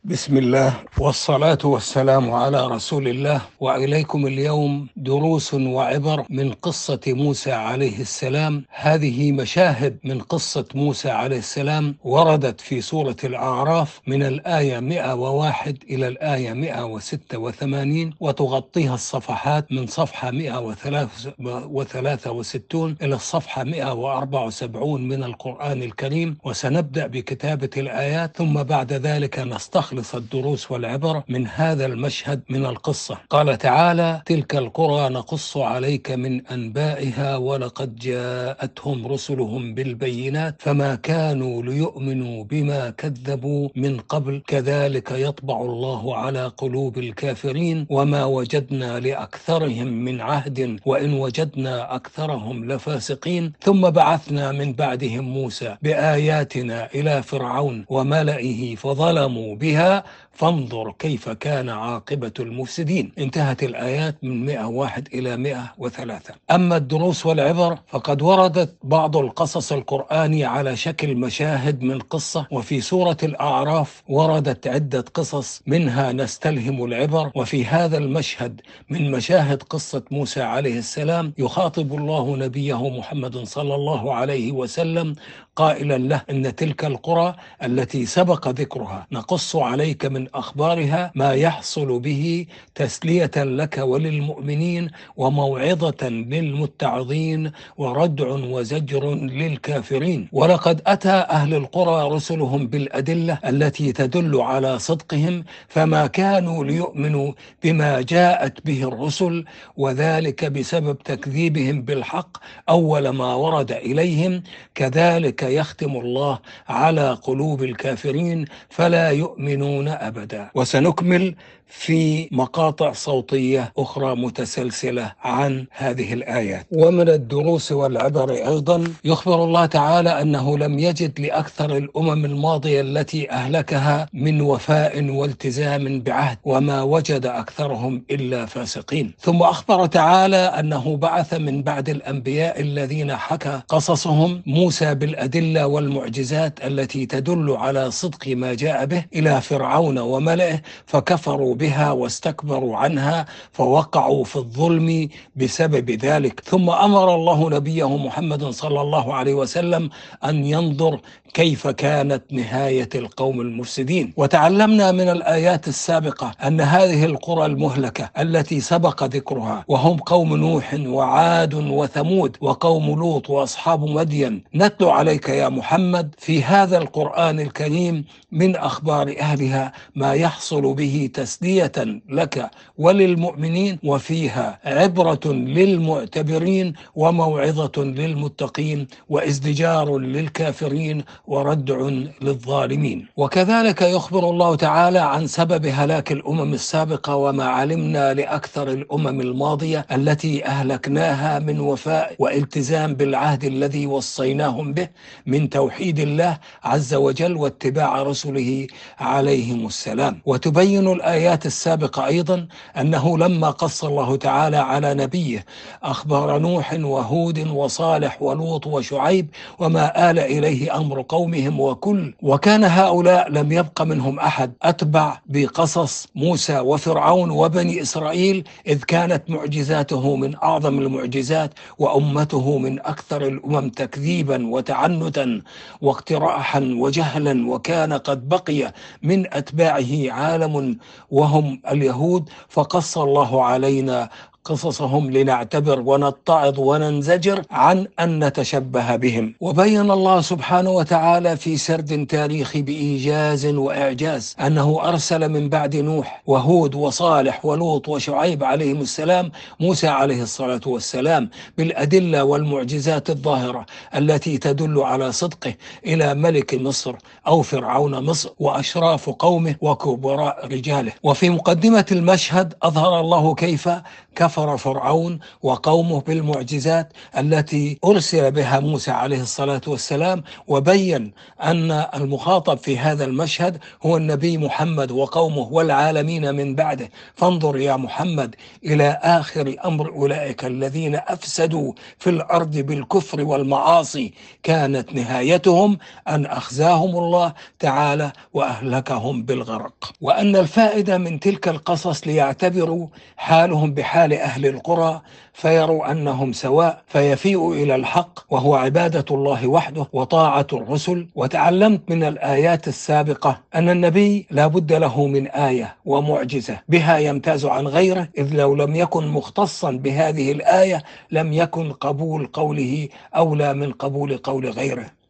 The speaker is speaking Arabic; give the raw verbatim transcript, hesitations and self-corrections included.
بسم الله والصلاة والسلام على رسول الله. وإليكم اليوم دروس وعبر من قصة موسى عليه السلام. هذه مشاهد من قصة موسى عليه السلام وردت في سورة الأعراف من الآية مئة وواحد إلى الآية مئة وستة وثمانين، وتغطيها الصفحات من صفحة مئة وثلاثة وستين إلى الصفحة مئة وأربعة وسبعين من القرآن الكريم. وسنبدأ بكتابة الآيات، ثم بعد ذلك نستخلص الدروس والعبر من هذا المشهد من القصة. قال تعالى: تلك القرى نقص عليك من أنبائها ولقد جاءتهم رسلهم بالبينات فما كانوا ليؤمنوا بما كذبوا من قبل كذلك يطبع الله على قلوب الكافرين وما وجدنا لأكثرهم من عهد وإن وجدنا أكثرهم لفاسقين ثم بعثنا من بعدهم موسى بآياتنا إلى فرعون وملئه فظلموا بها فانظر كيف كان عاقبة المفسدين. انتهت الآيات من مئة وواحد إلى مئة وثلاثة. أما الدروس والعبر فقد وردت بعض القصص القرآني على شكل مشاهد من قصة، وفي سورة الأعراف وردت عدة قصص منها نستلهم العبر. وفي هذا المشهد من مشاهد قصة موسى عليه السلام يخاطب الله نبيه محمد صلى الله عليه وسلم قائلا له: إن تلك القرى التي سبق ذكرها نقص عليك من أخبارها ما يحصل به تسلية لك وللمؤمنين وموعظة للمتعظين وردع وزجر للكافرين. ولقد أتى أهل القرى رسلهم بالأدلة التي تدل على صدقهم فما كانوا ليؤمنوا بما جاءت به الرسل، وذلك بسبب تكذيبهم بالحق أول ما ورد إليهم. كذلك يختم الله على قلوب الكافرين فلا يؤمنون أبدا. وسنكمل في مقاطع صوتية أخرى متسلسلة عن هذه الآيات. ومن الدروس والعبر أيضا يخبر الله تعالى أنه لم يجد لأكثر الأمم الماضية التي أهلكها من وفاء والتزام بعهد، وما وجد أكثرهم إلا فاسقين. ثم أخبر تعالى أنه بعث من بعد الأنبياء الذين حكى قصصهم موسى بالأدلة والمعجزات التي تدل على صدق ما جاء به إلى فرعون وملئه، فكفروا بها واستكبروا عنها فوقعوا في الظلم بسبب ذلك. ثم أمر الله نبيه محمد صلى الله عليه وسلم أن ينظر كيف كانت نهاية القوم المفسدين. وتعلمنا من الآيات السابقة أن هذه القرى المهلكة التي سبق ذكرها وهم قوم نوح وعاد وثمود وقوم لوط وأصحاب مدين نتلو عليك يا محمد في هذا القرآن الكريم من أخبار أهلها ما يحصل به تسلية لك وللمؤمنين، وفيها عبرة للمعتبرين وموعظة للمتقين وازدجار للكافرين وردع للظالمين. وكذلك يخبر الله تعالى عن سبب هلاك الأمم السابقة وما علمنا لأكثر الأمم الماضية التي أهلكناها من وفاء والتزام بالعهد الذي وصيناهم به من توحيد الله عز وجل واتباع رسله عليهم السلام. وتبين الآيات السابقة أيضا أنه لما قص الله تعالى على نبيه أخبار نوح وهود وصالح ولوط وشعيب وما آل إليه أمر قومهم وكل وكان هؤلاء لم يبق منهم أحد أتبع بقصص موسى وفرعون وبني إسرائيل، إذ كانت معجزاته من أعظم المعجزات وأمته من أكثر الأمم تكذيبا وتعنتا واقتراحا وجهلا، وكان قد بقي من أتباعه عالم وهم اليهود، فقص الله علينا قصصهم لنعتبر ونتعظ وننزجر عن أن نتشبه بهم. وبين الله سبحانه وتعالى في سرد تاريخي بإيجاز وإعجاز أنه أرسل من بعد نوح وهود وصالح ولوط وشعيب عليهم السلام موسى عليه الصلاة والسلام بالأدلة والمعجزات الظاهرة التي تدل على صدقه إلى ملك مصر أو فرعون مصر وأشراف قومه وكبراء رجاله. وفي مقدمة المشهد أظهر الله كيف كفر كفر فرعون وقومه بالمعجزات التي أرسل بها موسى عليه الصلاة والسلام، وبين أن المخاطب في هذا المشهد هو النبي محمد وقومه والعالمين من بعده. فانظر يا محمد إلى آخر أمر أولئك الذين أفسدوا في الأرض بالكفر والمعاصي، كانت نهايتهم أن أخزاهم الله تعالى وأهلكهم بالغرق. وأن الفائدة من تلك القصص ليعتبروا حالهم بحال أهل القرى فيروا أنهم سواء، فيفيئوا إلى الحق وهو عبادة الله وحده وطاعة الرسل. وتعلمت من الآيات السابقة أن النبي لا بد له من آية ومعجزة بها يمتاز عن غيره، إذ لو لم يكن مختصا بهذه الآية لم يكن قبول قوله أولى من قبول قول غيره.